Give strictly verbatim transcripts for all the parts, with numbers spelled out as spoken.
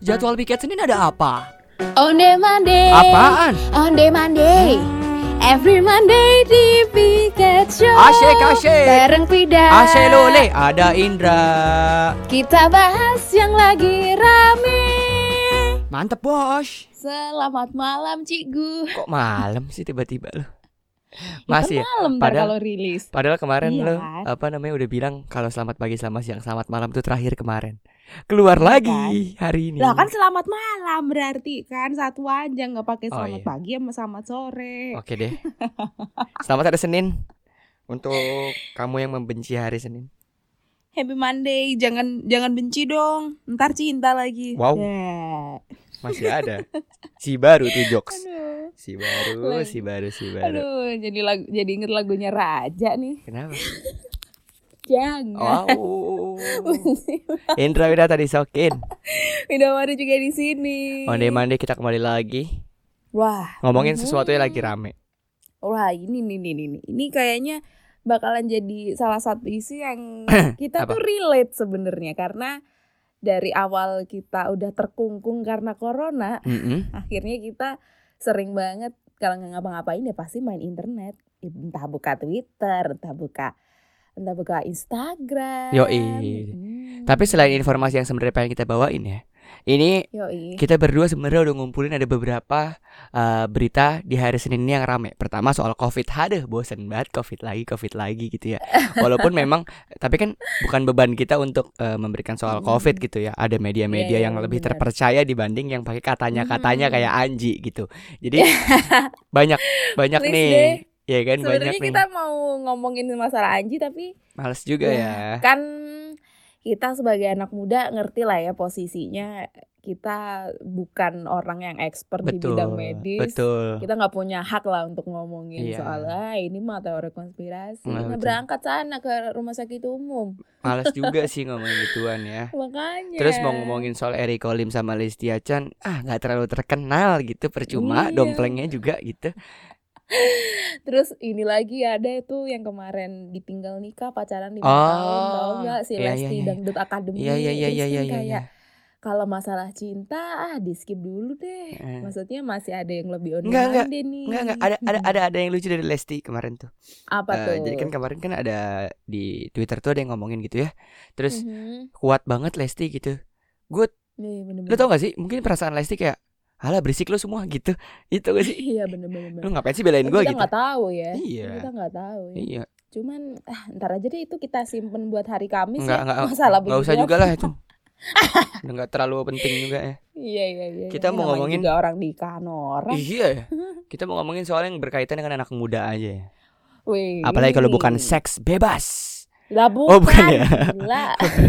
Jadwal piket Senin ada apa? Onde Monday. Apaan? Onde Monday. Every Monday di Piket Show. Asyik asyik. Bareng Fida. Asyik lole, ada Indra. Kita bahas yang lagi rame. Mantep bos. Selamat malam Cikgu. Kok malam sih tiba-tiba lo? Masih ya? Malam padahal, kalau rilis. Padahal kemarin iya. lo apa namanya udah bilang kalau selamat pagi, selamat siang, selamat malam itu terakhir kemarin. Keluar iya lagi kan? Hari ini. Lah kan selamat malam berarti kan satu aja, nggak pakai selamat oh, iya. pagi sama selamat sore. Oke deh. Selamat hari Senin untuk kamu yang membenci hari Senin. Happy Monday, jangan jangan benci dong. Ntar cinta lagi. Wow. Yeah. Masih ada. Si baru tuh jokes. Aduh. Si baru, si baru, si baru. Aduh, jadi lagu, jadi inget lagunya Raja nih. Kenapa? Jangan. Oh. Indra udah tadi sokin. Udah mari juga di sini. Onde Monday kita kembali lagi. Wah. Ngomongin sesuatu yang lagi rame. Wah, ini nih nih nih. Ini kayaknya bakalan jadi salah satu isu yang kita tuh relate sebenarnya karena dari awal kita udah terkungkung karena corona, mm-hmm. akhirnya kita sering banget kalau nggak ngapa-ngapain ya pasti main internet, entah buka Twitter, entah buka, entah buka Instagram. Yoi. Hmm. Tapi selain informasi yang sebenarnya pengen kita bawain ya, ini Yoi. kita berdua sebenarnya udah ngumpulin ada beberapa uh, berita di hari Senin ini yang rame. Pertama soal COVID, haduh bosen banget COVID lagi, COVID lagi gitu ya. Walaupun memang, tapi kan bukan beban kita untuk uh, memberikan soal COVID gitu ya. Ada media-media yeah, yang yeah, lebih bener. terpercaya dibanding yang pakai katanya-katanya hmm. kayak Anji gitu. Jadi banyak banyak Please nih. Deh. Ya kan sebenarnya banyak nih. Kita mau ngomongin masalah Anji tapi males juga ya, ya. Kan kita sebagai anak muda ngerti lah ya posisinya. Kita bukan orang yang expert di bidang medis. Betul. Kita nggak punya hak lah untuk ngomongin iya. soal ah, ini mah teori konspirasi. Nah, berangkat sana ke rumah sakit umum. Males juga sih ngomongin gituan ya. Makanya. Terus mau ngomongin soal Eric Olim sama Listia Chan, ah nggak terlalu terkenal gitu, percuma iya. domplengnya juga gitu. Terus ini lagi ada itu yang kemarin ditinggal nikah pacaran lima oh, tahun, tau nggak si iya, Lesti iya, iya. Dangdut Academy. Iya iya iya iya iya. Kayak kalau masalah cinta ah di skip dulu deh. Eh. Maksudnya masih ada yang lebih on-demand deh nih. Enggak enggak ada ada ada ada yang lucu dari Lesti kemarin tuh. Apa uh, tuh? Jadi kan kemarin kan ada di Twitter tuh ada yang ngomongin gitu ya. Terus mm-hmm. kuat banget Lesti gitu. Good. Ya, lu tau gak sih? Mungkin perasaan Lesti kayak alah berisik lu semua gitu. Itu gak sih? Iya bener-bener. Lu ngapain sih belain gue gitu? Kita gak tahu ya. Iya. Kita gak tahu ya. Iya. Cuman ah, ntar aja deh itu kita simpen buat hari Kamis enggak, ya. Enggak, masalah enggak usah juga lah itu. Udah gak terlalu penting juga ya. Iya iya iya. Kita ya, mau ngomongin juga orang nikahan orang. Iya ya. Kita mau ngomongin soal yang berkaitan dengan anak muda aja ya. Wih. Apalagi kalau bukan seks bebas. Lah bukan. Oh bukan ya. Gila.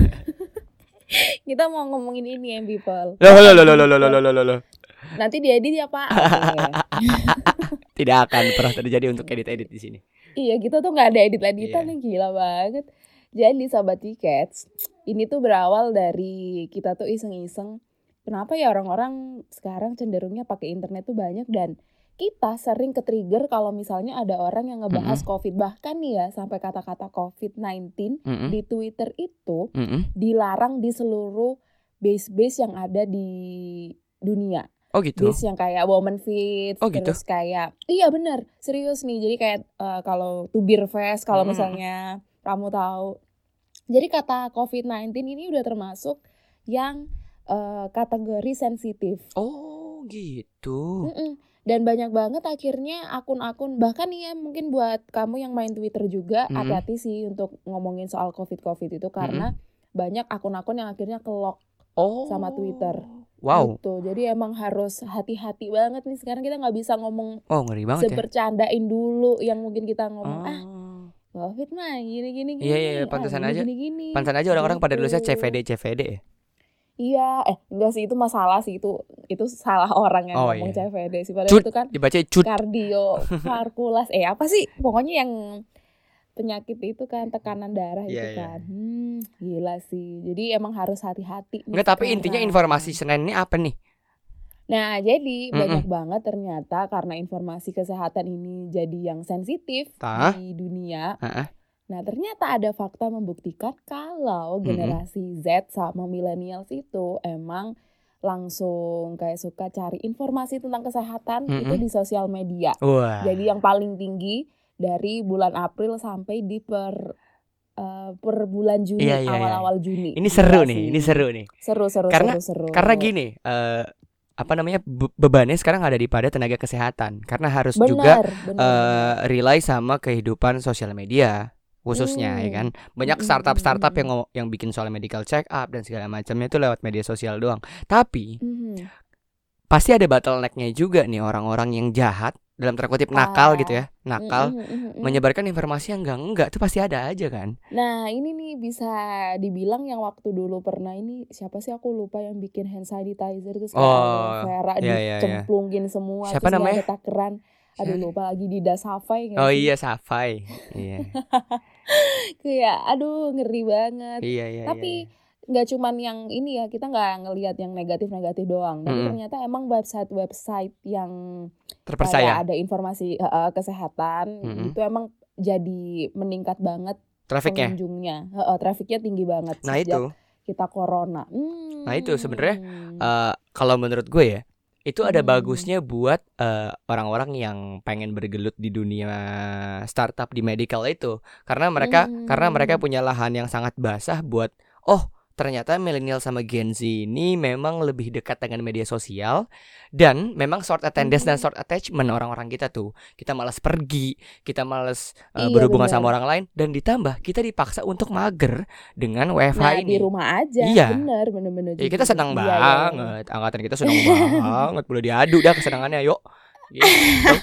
Kita mau ngomongin ini ya people. Loh loh loh loh loh loh loh loh. Nanti diedit ya Pak. Tidak akan pernah terjadi untuk edit-edit di sini. Iya kita tuh nggak ada edit-editan, yeah. Gila banget. Jadi Sobat Tikets, ini tuh berawal dari kita tuh iseng-iseng. Kenapa ya orang-orang sekarang cenderungnya pakai internet tuh banyak dan kita sering ke-trigger kalau misalnya ada orang yang ngebahas mm-hmm. COVID. Bahkan nih ya sampai kata-kata covid sembilan belas mm-hmm. di Twitter itu mm-hmm. dilarang di seluruh base-base yang ada di dunia. Oh gitu. Base yang kayak Woman Fit, oh, terus gitu? kayak iya benar, serius nih. Jadi kayak uh, kalau Tubir Fest kalau hmm. misalnya kamu tahu. Jadi kata covid sembilan belas ini udah termasuk yang uh, kategori sensitif. Oh, gitu. Mm-mm. Dan banyak banget akhirnya akun-akun, bahkan nih ya mungkin buat kamu yang main Twitter juga mm-hmm. hati-hati sih untuk ngomongin soal COVID-COVID itu karena mm-hmm. banyak akun-akun yang akhirnya ke-lock oh. sama Twitter. Wow. Gitu. Jadi emang harus hati-hati banget nih sekarang kita nggak bisa ngomong. Oh ngeri banget sebercandain ya. Dulu yang mungkin kita ngomong oh. ah COVID mah gini-gini. Iya iya pantesan ah, aja. Gini, pantesan aja orang-orang gitu. Pada nulisnya C V D C V D ya. Iya, eh enggak sih itu masalah sih itu itu salah orang yang oh, ngomong iya. C V D sih padahal cut, itu kan dibaca cut. Kardiovarkulas eh apa sih pokoknya yang penyakit itu kan tekanan darah yeah, itu kan. Yeah. Hmm, gila sih. Jadi emang harus hati-hati. Enggak, tapi intinya informasi Senin ini apa nih? Nah, jadi Mm-mm. banyak banget ternyata karena informasi kesehatan ini jadi yang sensitif Ta? di dunia. Ha-ha. Nah, ternyata ada fakta membuktikan kalau generasi mm-hmm. Z sama millennials itu emang langsung kayak suka cari informasi tentang kesehatan Mm-mm. itu di sosial media. Wah. Jadi yang paling tinggi dari bulan April sampai di per uh, per bulan Juni, Iya, iya, iya. awal-awal Juni. Ini seru Gila nih, sih. ini seru nih. Seru seru Karena- seru seru. Karena gini, eh, apa namanya be- bebannya sekarang ada di pada tenaga kesehatan karena harus benar, juga benar, eh, benar. rely sama kehidupan sosial media khususnya ya Hmm. kan. Banyak Mm-mm, startup-startup mm-mm. yang ngo- yang bikin soal medical check up dan segala macamnya itu lewat media sosial doang. Tapi Mhm. pasti ada bottleneck-nya juga nih orang-orang yang jahat dalam tanda kutip nakal Ah. gitu ya. Nakal Mm-mm, mm-mm. menyebarkan informasi yang enggak-enggak itu pasti ada aja kan. Nah ini nih bisa dibilang yang waktu dulu pernah ini siapa sih aku lupa yang bikin hand sanitizer terus kayak Oh, aloe vera iya, iya, iya. dicemplungin semua Siapa terus nggak namanya? ada takeran. Aduh Siapa? lupa lagi Dida Safai nggak Oh sih? iya, Safai. Iya. Kayak aduh ngeri banget. Iya, iya, Tapi iya. nggak cuman yang ini ya, kita nggak ngelihat yang negatif-negatif doang. Tapi Mm-mm. ternyata emang website-website yang Terpercaya. kayak ada informasi eh, eh, kesehatan Mm-mm. gitu emang jadi meningkat banget Trafiknya. pengunjungnya. Heeh, trafficnya tinggi banget Nah sejak itu, kita corona. Hmm. Nah, itu sebenarnya, eh, kalau menurut gue ya, itu ada Hmm. bagusnya buat eh, orang-orang yang pengen bergelut di dunia startup di medical itu, karena mereka Hmm. karena mereka punya lahan yang sangat basah buat oh ternyata milenial sama Gen Z ini memang lebih dekat dengan media sosial dan memang short attendance dan Mhm. short attachment orang-orang kita tuh. Kita malas pergi, kita malas eh, Iya, berhubungan bener. sama orang lain dan ditambah kita dipaksa untuk mager dengan W F H Nah ini. di rumah aja. Iya. Bener bener bener. Ya kita senang Iya, iya, iya. banget, angkatan kita senang banget, boleh diadu dah kesenangannya, yuk. Gitu.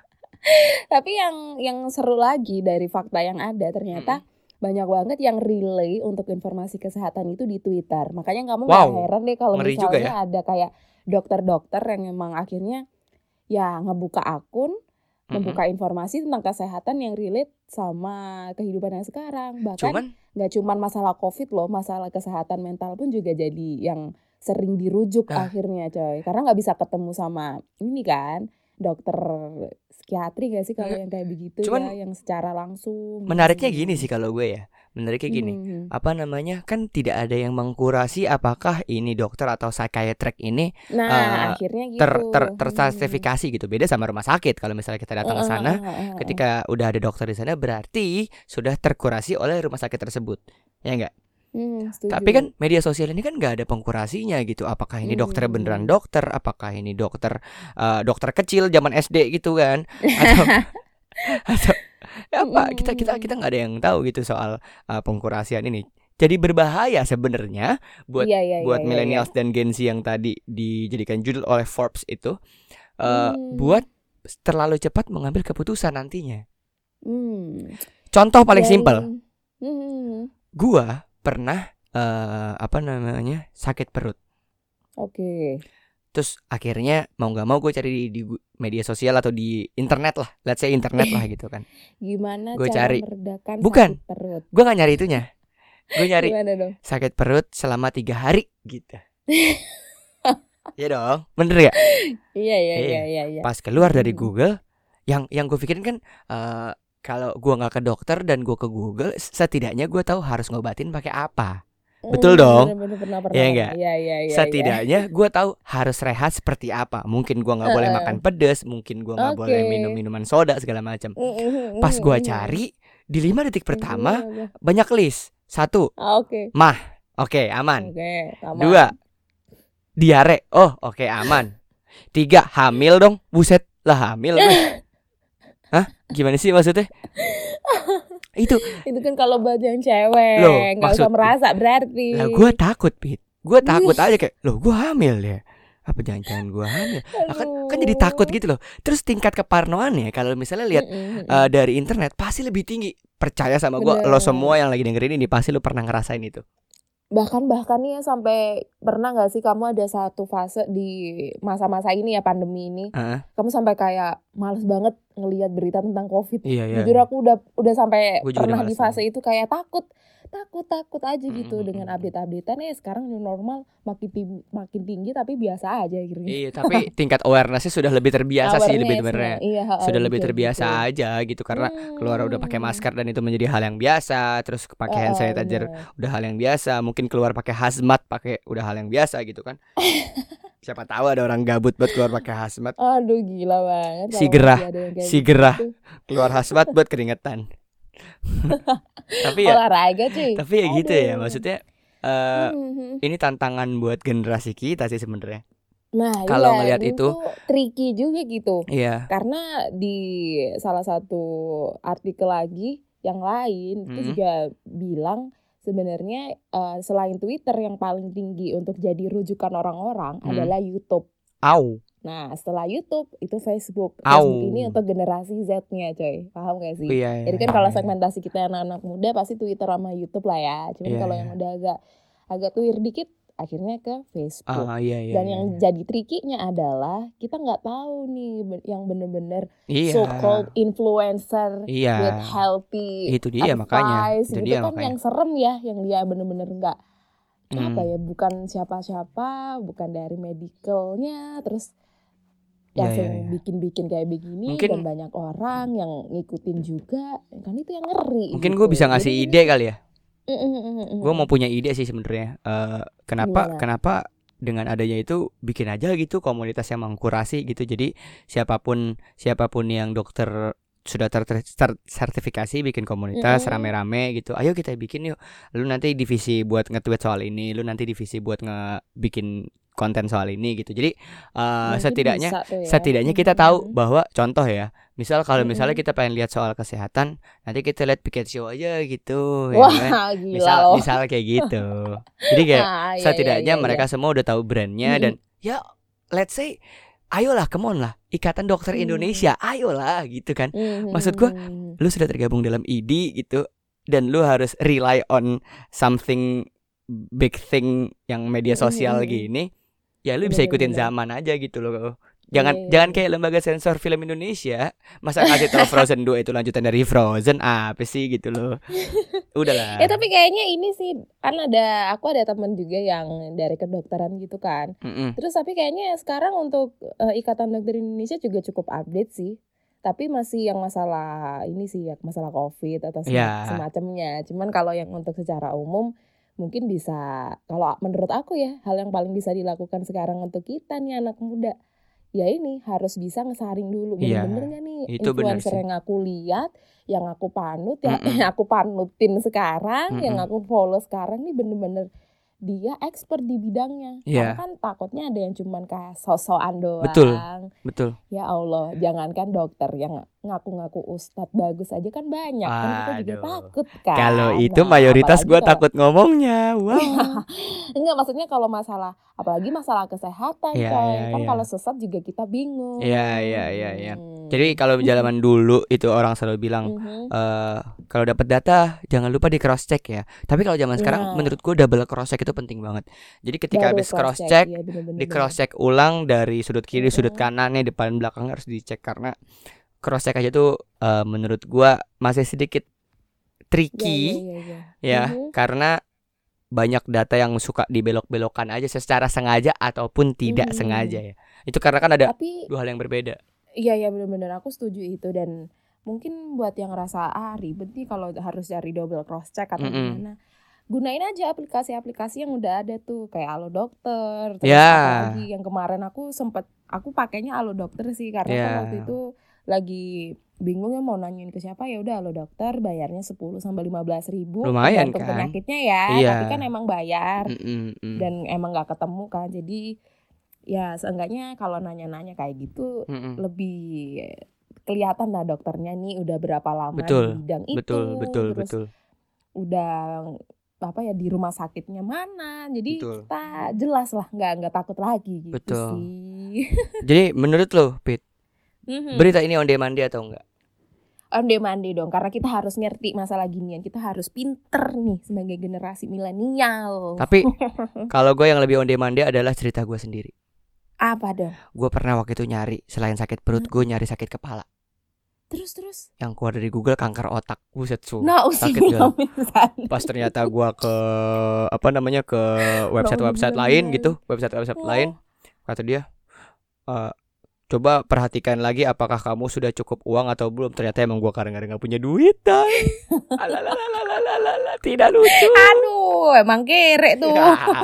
Tapi yang yang seru lagi dari fakta yang ada ternyata banyak banget yang relay untuk informasi kesehatan itu di Twitter. Makanya kamu nggak Wow, heran deh kalau ngeri juga misalnya ada kayak dokter-dokter yang memang akhirnya ya ngebuka akun, membuka informasi tentang kesehatan yang relate sama kehidupan yang sekarang. Bahkan Cuman nggak cuman masalah COVID loh, masalah kesehatan mental pun juga jadi yang sering dirujuk Nah. akhirnya coy. Karena nggak bisa ketemu sama ini kan dokter psikiatri gak sih kalau Nggak. yang kayak begitu Cuman ya, yang secara langsung. menariknya Hmm. gini sih kalau gue ya. Menariknya gini. Hmm. Apa namanya? Kan tidak ada yang mengkurasi apakah ini dokter atau psychiatric ini Nah, eh, akhirnya gitu. ter ter Hmm. tersertifikasi gitu. Beda sama rumah sakit. Kalau misalnya kita datang ke Eh, eh, sana, eh, eh, eh. ketika udah ada dokter di sana berarti sudah terkurasi oleh rumah sakit tersebut. Ya enggak? Hmm, setuju. Tapi kan media sosial ini kan nggak ada pengkurasinya gitu. Apakah ini dokter Hmm. beneran dokter? Apakah ini dokter eh, dokter kecil zaman S D gitu kan? Atau atau apa? Kita kita kita nggak ada yang tahu gitu soal eh, pengkurasian ini. Jadi berbahaya sebenarnya buat Iya, iya, iya, buat iya, millennials dan Gen Z yang tadi dijadikan judul oleh Forbes itu eh, Hmm. buat terlalu cepat mengambil keputusan nantinya. iya. Hmm. Contoh paling Dan- simpel, Hmm. gua pernah eh, apa namanya sakit perut. Oke. Terus akhirnya mau nggak mau gue cari di, di gu- media sosial atau di internet lah, let's say internet lah gitu kan. Gimana Gua cara cari. meredakan Bukan. sakit perut? Gue nggak nyari itunya, gue nyari Gimana dong? sakit perut selama tiga hari gitu. Iya dong, bener ya? Iya, iya, Iya. iya, iya, iya. Pas keluar dari Hmm. Google, yang yang gue pikirin kan eh, kalau gue nggak ke dokter dan gue ke Google, setidaknya gue tahu harus ngobatin pakai apa. Betul Hmm, dong? bener, bener, pernah, pernah, Iya pernah. nggak? Iya, iya, iya. Setidaknya gue tahu harus rehat seperti apa. Mungkin gue nggak boleh Eh, eh. makan pedas, mungkin gue nggak Oke. boleh minum minuman soda segala macam. Hmm, hmm, hmm, Pas gue hmm, hmm. cari di lima detik pertama Gimana? banyak list. Satu, Ah, oke. oke aman. Oke, aman. Dua, diare. Oh oke aman. Tiga, hamil dong. Buset lah hamil gue. Hah? Gimana sih maksudnya? Itu Itu kan kalau buat yang cewek, Loh, nggak usah maksud- merasa berarti. lah gue takut Pit. Gue takut aja kayak loh gue hamil ya. Apa jangan-jangan gue hamil? Lah, kan, kan jadi takut gitu loh. Terus tingkat keparnoannya kalau misalnya lihat Mm-mm, mm-mm. eh, dari internet pasti lebih tinggi. Percaya sama gue, Bener. lo semua yang lagi dengerin ini pasti lo pernah ngerasain itu. bahkan bahkan nih ya sampai pernah nggak sih kamu ada satu fase di masa-masa ini ya pandemi ini, Heeh. kamu sampai kayak males banget ngelihat berita tentang COVID. Iya iya. Jujur aku udah udah sampai Gua juga pernah udah di males fase itu kayak takut takut takut aja gitu Mm-mm. dengan update-updatean ya sekarang new normal makin tinggi, makin tinggi tapi biasa aja gitu. Iya, tapi tingkat awareness-nya sudah lebih terbiasa sih lebih sebenarnya. Awareness-nya, iya, ha, Sudah lebih kayak terbiasa gitu. aja gitu karena keluar udah pakai Hmm. masker dan itu menjadi hal yang biasa, terus pakai hand Oh, oh, sanitizer bener. udah hal yang biasa, mungkin keluar pakai hazmat pakai udah hal yang biasa gitu kan. Siapa tahu ada orang gabut buat keluar pakai hazmat. Aduh gila banget Si kalau gerah, masih ada yang kayak si gitu. gerah keluar hazmat buat keringetan. Tapi ya, Olahraga cuy. tapi ya gitu ya, Aduh. maksudnya eh Mhm. ini tantangan buat generasi kita sih sebenarnya. Nah, Kalau iya, ngelihat ini itu, tuh tricky juga gitu. iya. Karena di salah satu artikel lagi yang lain itu Hmm. juga bilang sebenarnya eh, selain Twitter yang paling tinggi untuk jadi rujukan orang-orang Hmm. adalah YouTube. Au. Nah, setelah YouTube itu Facebook. Au. Facebook ini untuk generasi Z-nya, coy. Paham gak sih? Iya, iya, Jadi kan iya, kalau iya. segmentasi kita anak-anak muda pasti Twitter sama YouTube lah ya. Cuman Iya, kalau iya. yang udah agak agak tuir dikit akhirnya ke Facebook. Ah, iya, iya, Dan iya, yang iya. jadi trikinya adalah kita nggak tahu nih ben- yang bener-bener Iya. so-called influencer Iya. with healthy Itu dia makanya. advice Itu gitu dia kan makanya. yang serem ya, yang dia bener-bener nggak Hmm. apa ya, bukan siapa-siapa, bukan dari medicalnya, terus Iya, langsung iya, iya. bikin-bikin kayak begini Mungkin- dan banyak orang yang ngikutin juga, kan itu yang ngeri. Mungkin gitu. gue bisa ngasih Jadi ide kali ya. Mm, mm, mm, mm, Gue mm. mau punya ide sih sebenarnya. Eh, kenapa Gimana? kenapa dengan adanya itu bikin aja gitu komunitas yang mengkurasi gitu. Jadi siapapun siapapun yang dokter sudah ter- ter- ter- sertifikasi bikin komunitas Mm-mm. rame-rame gitu. Ayo kita bikin yuk. Lu nanti divisi buat nge-tweet soal ini, lu nanti divisi buat nge-bikin konten soal ini gitu. Jadi uh, Mungkin setidaknya bisa tuh ya. setidaknya kita tahu Mm-mm. bahwa contoh ya. Misal kalau misalnya Mm-mm. kita pengen lihat soal kesehatan, nanti kita lihat Piket Show aja gitu ya Wah, kan? gila Misal loh. misal kayak gitu. Jadi kayak Ah, iya, setidaknya iya, iya, mereka semua udah tahu brandnya Mm-mm. dan ya let's say ayolah come on lah Ikatan Dokter Hmm. Indonesia ayolah gitu kan. Mhm. Maksud gua, lu sudah tergabung dalam I D I gitu dan lu harus rely on something big thing yang media sosial Mm-mm. gini. Ya lu bisa ikutin Bener-bener. zaman aja gitu loh. Jangan Iya, iya, jangan iya. kayak lembaga sensor film Indonesia masa ngasih tau Frozen dua itu lanjutan dari Frozen apa sih gitu loh. Udahlah. Ya tapi kayaknya ini sih kan ada, aku ada teman juga yang dari kedokteran gitu kan. Mm-mm. Terus tapi kayaknya sekarang untuk eh, Ikatan Dokter Indonesia juga cukup update sih. Tapi masih yang masalah ini sih ya, masalah COVID atau sem- Ya. semacamnya. Cuman kalau yang untuk secara umum mungkin bisa, kalau menurut aku ya, hal yang paling bisa dilakukan sekarang untuk kita nih anak muda, ya ini harus bisa ngesaring dulu Iya, bener-bener gak nih itu bener influencer sih. yang aku lihat, yang aku panut, ya, Mm-mm. yang aku panutin sekarang, yang Mm-mm. aku follow sekarang nih bener-bener dia expert di bidangnya. Iya. Karena kan takutnya ada yang cuman kayak sosokan doang. Betul. Betul. Ya Allah, jangankan dokter yang ngaku-ngaku ustadz bagus aja kan banyak. Kan kita juga Aduh. takut kan. Kalau itu Nah, mayoritas apalagi gue kalau- takut ngomongnya. Wow. Enggak, maksudnya kalau masalah, apalagi masalah kesehatan, Iya, coy. iya, Kan iya. kalau sesat juga kita bingung. Iya, iya, iya, iya. Hmm. Jadi kalau zaman dulu itu orang selalu bilang Mhm. eh kalau dapat data jangan lupa di cross check ya. Tapi kalau zaman sekarang Nah. menurut gue double cross check itu penting banget. Jadi ketika Baru habis cross cross-check, check, iya, bener-bener di cross check ulang dari sudut kiri, Mhm. sudut kanannya, depan belakang harus dicek karena cross check aja tuh eh, menurut gue masih sedikit Iya, tricky iya, iya, iya. ya Mhm. karena banyak data yang suka dibelok-belokkan aja secara sengaja ataupun tidak Mhm. sengaja ya. Itu karena kan ada Tapi dua hal yang berbeda. iya, iya, bener-bener aku setuju itu. Dan mungkin buat yang ngerasa ah ribet nih kalau harus cari double cross check atau Mm-mm. gimana, gunain aja aplikasi-aplikasi yang udah ada tuh kayak Alo Dokter. Terus Ya. apalagi yang kemarin aku sempet, aku pakainya Alo Dokter sih karena kan Ya. waktu itu lagi bingung ya mau nanyain ke siapa, ya udah Alo Dokter, bayarnya sepuluh sampai lima belas ribu Lumayan tergantung kan? penyakitnya ya. Iya. Tapi kan emang bayar Mm-mm, mm. dan emang nggak ketemu kan. Jadi ya seenggaknya kalau nanya-nanya kayak gitu Mm-mm. lebih kelihatan lah dokternya nih udah berapa lama Betul, di bidang itu, betul, betul, terus betul. udah apa ya di rumah sakitnya mana, jadi Betul. kita jelas lah, nggak nggak takut lagi gitu Betul. sih. Jadi menurut lo, Pit, Mhm. berita ini on demand atau enggak? On demand dong, karena kita harus ngerti masalah ginian, kita harus pinter nih sebagai generasi milenial. Tapi kalau gue yang lebih on demand adalah cerita gue sendiri. Apa dong? Gue pernah waktu itu nyari selain sakit perut, gue nyari sakit kepala. Terus terus. Yang keluar dari Google kanker otak. Buset su. Nah, sakit gak? Pas ternyata gua ke apa namanya ke website-website lain gitu, website-website oh. lain, kata dia, e, coba perhatikan lagi apakah kamu sudah cukup uang atau belum. Ternyata emang gua kadang-kadang gak punya duit. Alalalalalalala, tidak lucu. Aduh, emang kere tuh.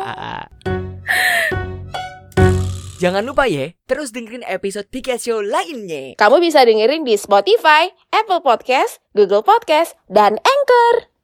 Jangan lupa ya, terus dengerin episode Piket Show lainnya. Kamu bisa dengerin di Spotify, Apple Podcast, Google Podcast, dan Anchor.